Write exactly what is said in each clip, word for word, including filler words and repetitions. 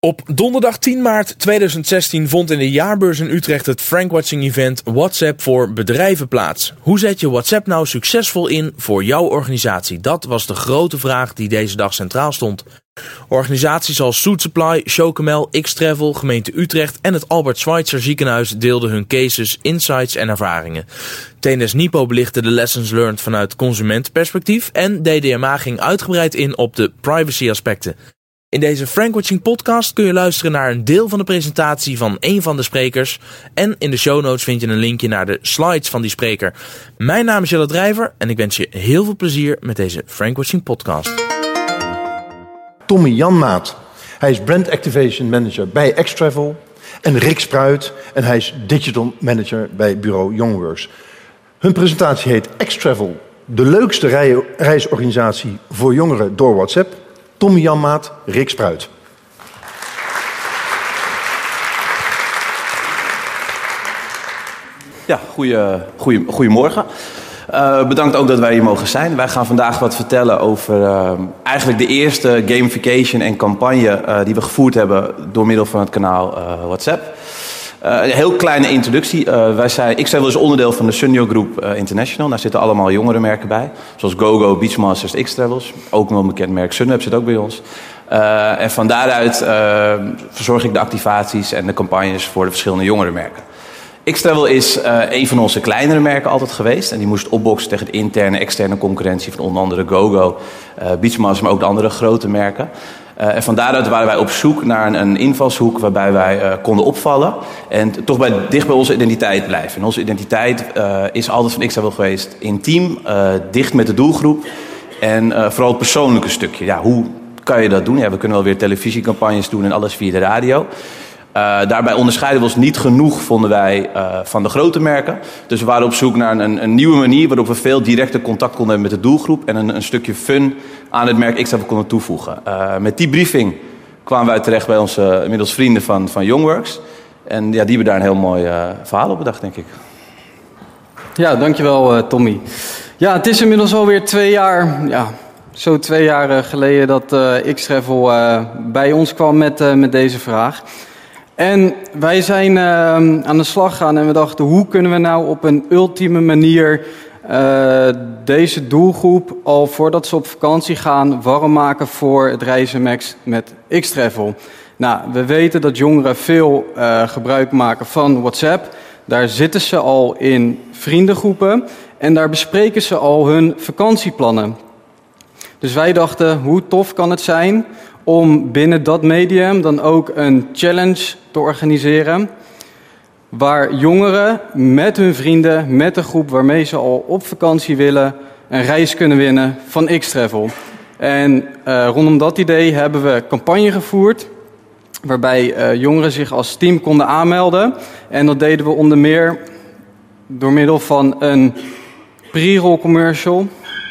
Op donderdag tien maart tweeduizend zestien vond in de jaarbeurs in Utrecht het Frankwatching-event WhatsApp voor bedrijven plaats. Hoe zet je WhatsApp nou succesvol in voor jouw organisatie? Dat was de grote vraag die deze dag centraal stond. Organisaties als Soet Supply, Chocomel, X-Travel, gemeente Utrecht en het Albert Schweitzer ziekenhuis deelden hun cases, insights en ervaringen. T N S Nipo belichtte de lessons learned vanuit consumentenperspectief en D D M A ging uitgebreid in op de privacy aspecten. In deze Frankwatching podcast kun je luisteren naar een deel van de presentatie van een van de sprekers. En in de show notes vind je een linkje naar de slides van die spreker. Mijn naam is Jelle Drijver en ik wens je heel veel plezier met deze Frankwatching podcast. Tommy Janmaat. Hij is Brand Activation Manager bij X-Travel. En Rick Spruit. En hij is Digital Manager bij bureau Youngworks. Hun presentatie heet X-Travel, de leukste rij- reisorganisatie voor jongeren door WhatsApp. Tommy Janmaat, Rick Spruit. Ja, goeie, goeie, goedemorgen. Uh, bedankt ook dat wij hier mogen zijn. Wij gaan vandaag wat vertellen over uh, eigenlijk de eerste gamification en campagne uh, die we gevoerd hebben door middel van het kanaal uh, WhatsApp. Uh, een heel kleine introductie. Uh, wij zijn, ik ben wel eens onderdeel van de Sunyo Group uh, International. Daar zitten allemaal jongere merken bij. Zoals GoGo, Beachmasters, X-Travels. Ook nog een bekend merk Sunweb zit ook bij ons. Uh, en van daaruit uh, verzorg ik de activaties en de campagnes voor de verschillende jongere merken. X-Travel is uh, een van onze kleinere merken altijd geweest. En die moest opboksen tegen de interne en externe concurrentie van onder andere GoGo, uh, Beachmasters, maar ook de andere grote merken. Uh, en van daaruit waren wij op zoek naar een, een invalshoek waarbij wij uh, konden opvallen. En toch bij, dicht bij onze identiteit blijven. En onze identiteit uh, is altijd van X-Travel geweest intiem, uh, dicht met de doelgroep. En uh, vooral het persoonlijke stukje. Ja, hoe kan je dat doen? Ja, we kunnen wel weer televisiecampagnes doen en alles via de radio. Uh, daarbij onderscheiden we ons niet genoeg, vonden wij, uh, van de grote merken. Dus we waren op zoek naar een, een nieuwe manier waarop we veel directer contact konden hebben met de doelgroep. En een, een stukje fun aan het merk X-Travel konden toevoegen. Uh, met die briefing kwamen wij terecht bij onze inmiddels vrienden van, van Youngworks. En ja, die hebben daar een heel mooi uh, verhaal op bedacht, denk ik. Ja, dankjewel uh, Tommy. Ja, het is inmiddels alweer twee jaar... Ja. Zo twee jaar geleden dat uh, X-Travel uh, bij ons kwam met, uh, met deze vraag. En wij zijn uh, aan de slag gegaan en we dachten, hoe kunnen we nou op een ultieme manier uh, deze doelgroep, al voordat ze op vakantie gaan, warm maken voor het reizen met, met X-Travel. Nou, we weten dat jongeren veel uh, gebruik maken van WhatsApp. Daar zitten ze al in vriendengroepen en daar bespreken ze al hun vakantieplannen. Dus wij dachten, hoe tof kan het zijn om binnen dat medium dan ook een challenge te organiseren, waar jongeren met hun vrienden, met de groep waarmee ze al op vakantie willen, een reis kunnen winnen van X-Travel. En uh, rondom dat idee hebben we campagne gevoerd, waarbij uh, jongeren zich als team konden aanmelden. En dat deden we onder meer door middel van een pre-roll commercial.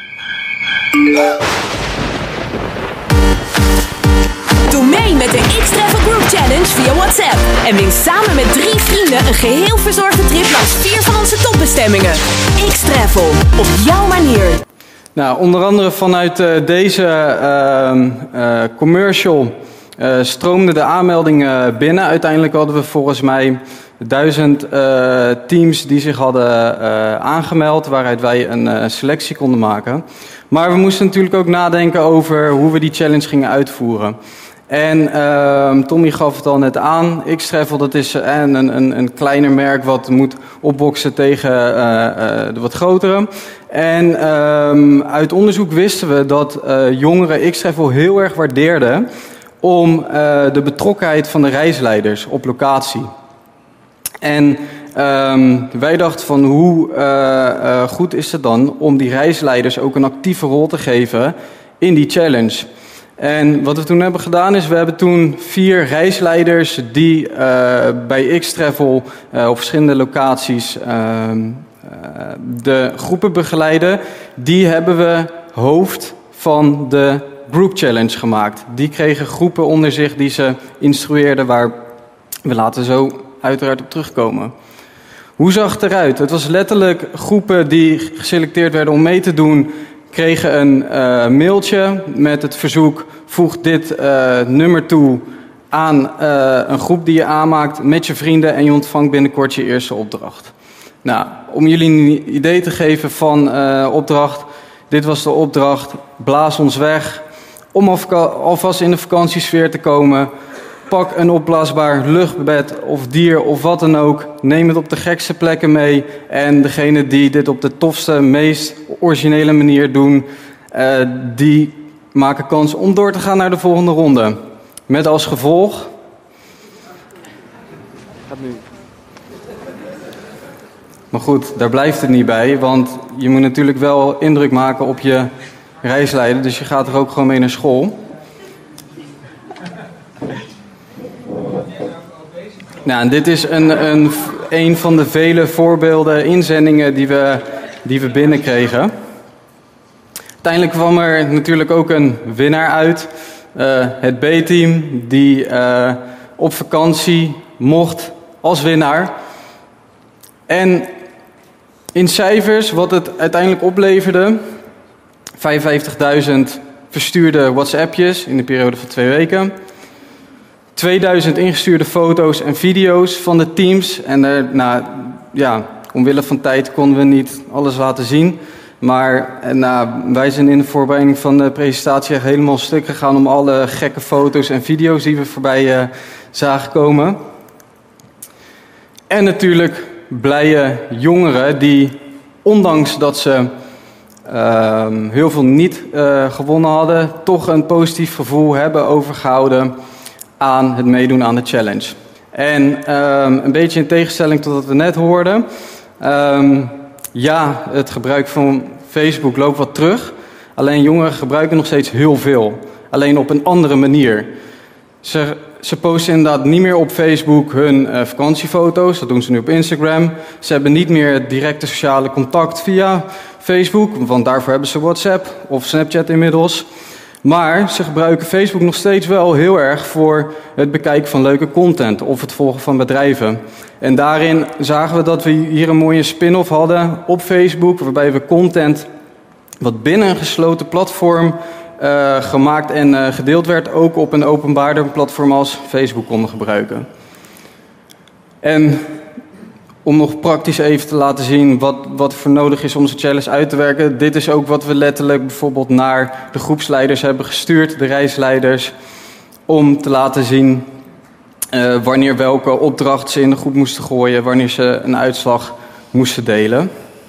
Doe mee met de X-Travel Group Challenge via WhatsApp. En win samen met drie vrienden een geheel verzorgde trip langs vier van onze topbestemmingen. X-Travel, op jouw manier. Nou, onder andere vanuit uh, deze uh, uh, commercial uh, stroomden de aanmeldingen binnen. Uiteindelijk hadden we volgens mij duizend uh, teams die zich hadden uh, aangemeld, waaruit wij een uh, selectie konden maken. Maar we moesten natuurlijk ook nadenken over hoe we die challenge gingen uitvoeren. En uh, Tommy gaf het al net aan, X-Travel, dat is uh, een, een, een kleiner merk wat moet opboksen tegen uh, uh, de wat grotere. En uh, uit onderzoek wisten we dat uh, jongeren X-Travel heel erg waardeerden om uh, de betrokkenheid van de reisleiders op locatie. En um, wij dachten van hoe uh, uh, goed is het dan om die reisleiders ook een actieve rol te geven in die challenge. En wat we toen hebben gedaan is, we hebben toen vier reisleiders die uh, bij X-Travel uh, op verschillende locaties uh, uh, de groepen begeleiden. Die hebben we hoofd van de Group Challenge gemaakt. Die kregen groepen onder zich die ze instrueerden, waar we later zo uiteraard op terugkomen. Hoe zag het eruit? Het was letterlijk groepen die geselecteerd werden om mee te doen, kregen een uh, mailtje met het verzoek, voeg dit uh, nummer toe aan uh, een groep die je aanmaakt met je vrienden en je ontvangt binnenkort je eerste opdracht. Nou, om jullie een idee te geven van uh, opdracht, dit was de opdracht, blaas ons weg. Om alvast in de vakantiesfeer te komen, pak een opblaasbaar luchtbed of dier of wat dan ook. Neem het op de gekste plekken mee. En degene die dit op de tofste, meest originele manier doen, uh, die maken kans om door te gaan naar de volgende ronde. Met als gevolg... Gaat nu. Maar goed, daar blijft het niet bij, want je moet natuurlijk wel indruk maken op je reisleider. Dus je gaat er ook gewoon mee naar school. Nou, en dit is een, een, een van de vele voorbeelden, inzendingen die we, die we binnenkregen. Uiteindelijk kwam er natuurlijk ook een winnaar uit. Uh, het B-team die uh, op vakantie mocht als winnaar. En in cijfers, wat het uiteindelijk opleverde, vijfenvijftigduizend verstuurde WhatsAppjes in de periode van twee weken. tweeduizend ingestuurde foto's en video's van de teams. En er, nou, ja, omwille van tijd konden we niet alles laten zien. Maar nou, wij zijn in de voorbereiding van de presentatie echt helemaal stuk gegaan om alle gekke foto's en video's die we voorbij uh, zagen komen. En natuurlijk blije jongeren die, ondanks dat ze uh, heel veel niet uh, gewonnen hadden, toch een positief gevoel hebben overgehouden aan het meedoen aan de challenge. En um, een beetje in tegenstelling tot wat we net hoorden. Um, ja, het gebruik van Facebook loopt wat terug. Alleen jongeren gebruiken nog steeds heel veel. Alleen op een andere manier. Ze, ze posten inderdaad niet meer op Facebook hun uh, vakantiefoto's. Dat doen ze nu op Instagram. Ze hebben niet meer het directe sociale contact via Facebook. Want daarvoor hebben ze WhatsApp of Snapchat inmiddels. Maar ze gebruiken Facebook nog steeds wel heel erg voor het bekijken van leuke content of het volgen van bedrijven. En daarin zagen we dat we hier een mooie spin-off hadden op Facebook, waarbij we content wat binnen een gesloten platform uh, gemaakt en uh, gedeeld werd, ook op een openbaarder platform als Facebook konden gebruiken. En om nog praktisch even te laten zien wat, wat voor nodig is om onze challenge uit te werken. Dit is ook wat we letterlijk bijvoorbeeld naar de groepsleiders hebben gestuurd, de reisleiders, om te laten zien uh, wanneer welke opdracht ze in de groep moesten gooien, wanneer ze een uitslag moesten delen.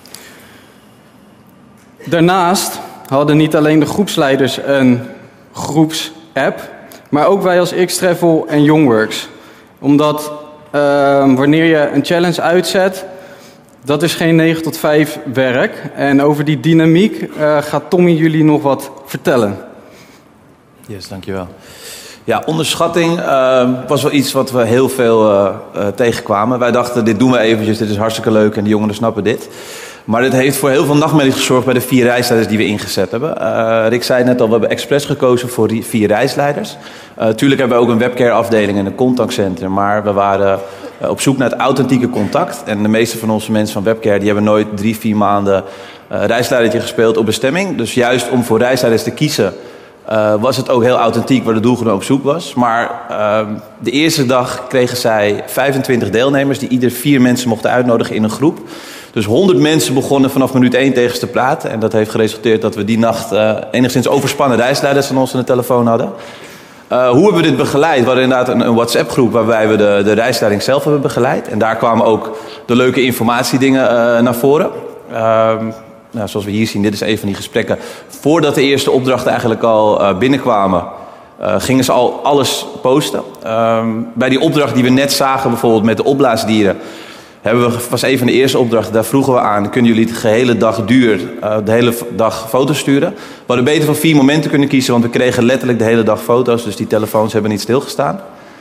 Daarnaast hadden niet alleen de groepsleiders een groepsapp, maar ook wij als X-Travel en Youngworks. Omdat Uh, wanneer je een challenge uitzet, dat is geen negen tot vijf werk. En over die dynamiek uh, gaat Tommy jullie nog wat vertellen. Yes, dankjewel. Ja, onderschatting uh, was wel iets wat we heel veel uh, uh, tegenkwamen. Wij dachten, dit doen we eventjes, dit is hartstikke leuk en de jongeren snappen dit. Maar dit heeft voor heel veel nachtmerries gezorgd bij de vier reisleiders die we ingezet hebben. Uh, Rick zei net al, we hebben expres gekozen voor die vier reisleiders. Uh, tuurlijk hebben we ook een webcare afdeling en een contactcentrum. Maar we waren uh, op zoek naar het authentieke contact. En de meeste van onze mensen van webcare die hebben nooit drie, vier maanden uh, reisleidertje gespeeld op bestemming. Dus juist om voor reisleiders te kiezen uh, was het ook heel authentiek waar de doelgroep op zoek was. Maar uh, de eerste dag kregen zij vijfentwintig deelnemers die ieder vier mensen mochten uitnodigen in een groep. Dus honderd mensen begonnen vanaf minuut één tegen ze te praten. En dat heeft geresulteerd dat we die nacht uh, enigszins overspannen reisleiders aan ons aan de telefoon hadden. Uh, hoe hebben we dit begeleid? We hadden inderdaad een, een WhatsApp-groep waarbij we de, de reisleiding zelf hebben begeleid. En daar kwamen ook de leuke informatiedingen uh, naar voren. Uh, nou, zoals we hier zien, dit is een van die gesprekken. Voordat de eerste opdrachten eigenlijk al uh, binnenkwamen, uh, gingen ze al alles posten. Uh, bij die opdracht die we net zagen, bijvoorbeeld met de opblaasdieren, hebben we, was een van de eerste opdrachten, daar vroegen we aan, kunnen jullie de hele dag duur, uh, de hele dag foto's sturen? We hadden beter van vier momenten kunnen kiezen, want we kregen letterlijk de hele dag foto's, dus die telefoons hebben niet stilgestaan.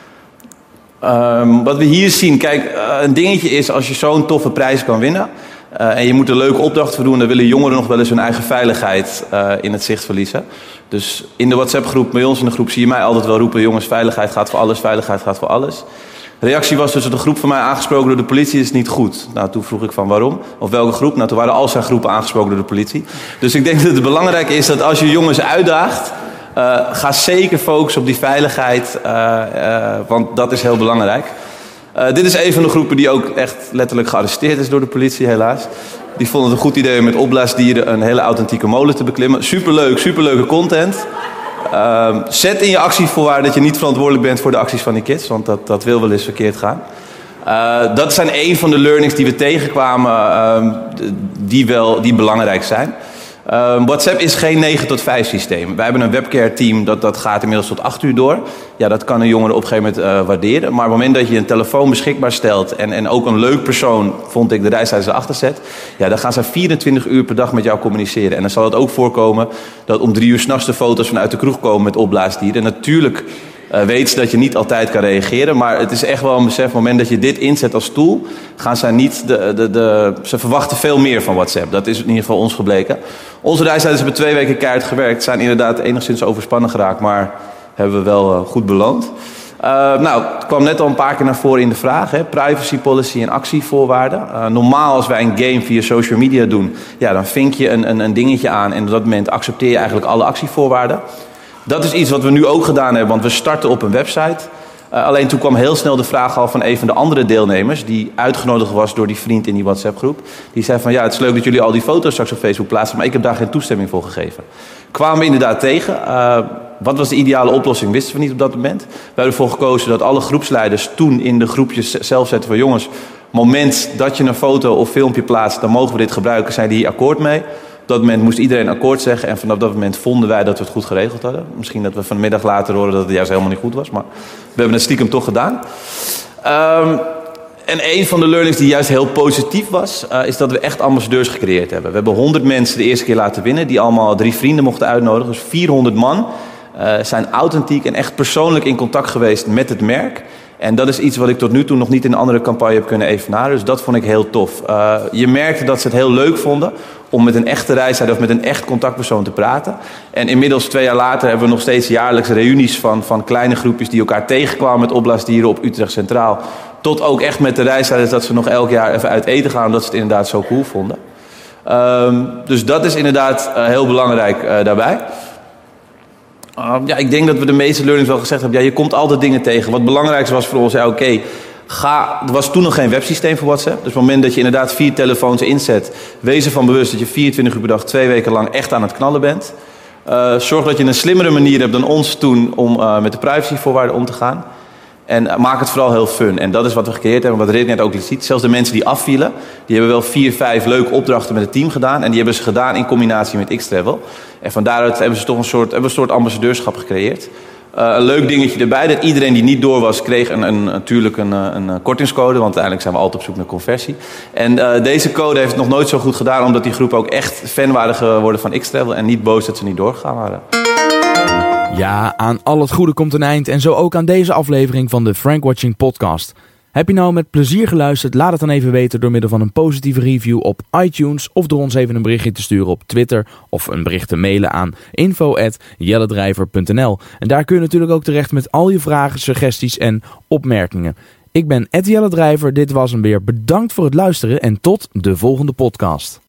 Um, wat we hier zien, kijk, uh, een dingetje is als je zo'n toffe prijs kan winnen, uh, en je moet een leuke opdracht voor doen, dan willen jongeren nog wel eens hun eigen veiligheid uh, in het zicht verliezen. Dus in de WhatsApp-groep, bij ons in de groep, zie je mij altijd wel roepen, jongens, veiligheid gaat voor alles, veiligheid gaat voor alles. De reactie was dus dat de groep van mij aangesproken door de politie is niet goed. Nou, toen vroeg ik van waarom? Of welke groep? Nou, toen waren al zijn groepen aangesproken door de politie. Dus ik denk dat het belangrijk is dat als je jongens uitdaagt, Uh, ga zeker focussen op die veiligheid, uh, uh, want dat is heel belangrijk. Uh, dit is een van de groepen die ook echt letterlijk gearresteerd is door de politie, helaas. Die vonden het een goed idee om met opblaasdieren een hele authentieke molen te beklimmen. Superleuk, superleuke content. Uh, zet in je actievoorwaarden dat je niet verantwoordelijk bent voor de acties van die kids, want dat, dat wil wel eens verkeerd gaan. Uh, dat zijn een van de learnings die we tegenkwamen, uh, die, wel, die belangrijk zijn. Uh, WhatsApp is geen negen tot vijf systeem. Wij hebben een webcare team dat, dat gaat inmiddels tot acht uur door. Ja, dat kan een jongere op een gegeven moment uh, waarderen. Maar op het moment dat je een telefoon beschikbaar stelt en, en ook een leuk persoon, vond ik, de reistijd erachter zet, ja, dan gaan ze vierentwintig uur per dag met jou communiceren. En dan zal het ook voorkomen dat om drie uur 's nachts de foto's vanuit de kroeg komen met opblaasdieren. En natuurlijk Uh, weet ze dat je niet altijd kan reageren. Maar het is echt wel een besef. Op het moment dat je dit inzet als tool, gaan zij niet de, de, de, ze verwachten veel meer van WhatsApp. Dat is in ieder geval ons gebleken. Onze reisleiders hebben twee weken keihard gewerkt. Zijn inderdaad enigszins overspannen geraakt. Maar hebben we wel uh, goed beloond. Uh, nou, het kwam net al een paar keer naar voren in de vraag. Hè? Privacy policy en actievoorwaarden. Uh, normaal als wij een game via social media doen, ja, dan vink je een, een, een dingetje aan. En op dat moment accepteer je eigenlijk alle actievoorwaarden. Dat is iets wat we nu ook gedaan hebben, want we starten op een website. Uh, alleen toen kwam heel snel de vraag al van een van de andere deelnemers, die uitgenodigd was door die vriend in die WhatsApp-groep. Die zei van, ja, het is leuk dat jullie al die foto's straks op Facebook plaatsen, maar ik heb daar geen toestemming voor gegeven. Kwamen we inderdaad tegen. Uh, wat was de ideale oplossing, wisten we niet op dat moment. We hebben ervoor gekozen dat alle groepsleiders toen in de groepjes zelf zetten van, jongens, moment dat je een foto of filmpje plaatst, dan mogen we dit gebruiken, zijn die hier akkoord mee. Op dat moment moest iedereen akkoord zeggen. En vanaf dat moment vonden wij dat we het goed geregeld hadden. Misschien dat we vanmiddag later horen dat het juist helemaal niet goed was. Maar we hebben het stiekem toch gedaan. Um, en een van de learnings die juist heel positief was, Uh, is dat we echt ambassadeurs gecreëerd hebben. We hebben honderd mensen de eerste keer laten winnen. Die allemaal drie vrienden mochten uitnodigen. Dus vierhonderd man uh, zijn authentiek en echt persoonlijk in contact geweest met het merk. En dat is iets wat ik tot nu toe nog niet in een andere campagne heb kunnen evenaren. Dus dat vond ik heel tof. Uh, je merkte dat ze het heel leuk vonden om met een echte reisleider of met een echt contactpersoon te praten. En inmiddels twee jaar later hebben we nog steeds jaarlijks reunies van, van kleine groepjes die elkaar tegenkwamen met opblaasdieren op Utrecht Centraal. Tot ook echt met de reisleiders dat ze nog elk jaar even uit eten gaan, omdat ze het inderdaad zo cool vonden. Um, dus dat is inderdaad uh, heel belangrijk uh, daarbij. Uh, ja, ik denk dat we de meeste learnings wel gezegd hebben. Ja, je komt altijd dingen tegen. Wat belangrijk was voor ons, ja, oké, okay, ga. Er was toen nog geen websysteem voor WhatsApp. Dus op het moment dat je inderdaad vier telefoons inzet, wees ervan bewust dat je vierentwintig uur per dag, twee weken lang echt aan het knallen bent. Uh, zorg dat je een slimmere manier hebt dan ons toen om uh, met de privacyvoorwaarden om te gaan. En uh, maak het vooral heel fun. En dat is wat we gecreëerd hebben, wat Rit net ook ziet. Zelfs de mensen die afvielen, die hebben wel vier, vijf leuke opdrachten met het team gedaan. En die hebben ze gedaan in combinatie met X-Travel. En van daaruit hebben ze toch een soort, hebben we een soort ambassadeurschap gecreëerd. Uh, een leuk dingetje erbij, dat iedereen die niet door was, kreeg een, een, natuurlijk een, een, een kortingscode. Want uiteindelijk zijn we altijd op zoek naar conversie. En uh, deze code heeft het nog nooit zo goed gedaan, omdat die groep ook echt fan waren geworden van X-Travel. En niet boos dat ze niet doorgegaan waren. Ja, aan al het goede komt een eind en zo ook aan deze aflevering van de Frank Watching podcast. Heb je nou met plezier geluisterd? Laat het dan even weten door middel van een positieve review op iTunes of door ons even een berichtje te sturen op Twitter of een bericht te mailen aan info at jelledrijver punt n l. En daar kun je natuurlijk ook terecht met al je vragen, suggesties en opmerkingen. Ik ben at jelledrijver, dit was hem weer. Bedankt voor het luisteren en tot de volgende podcast.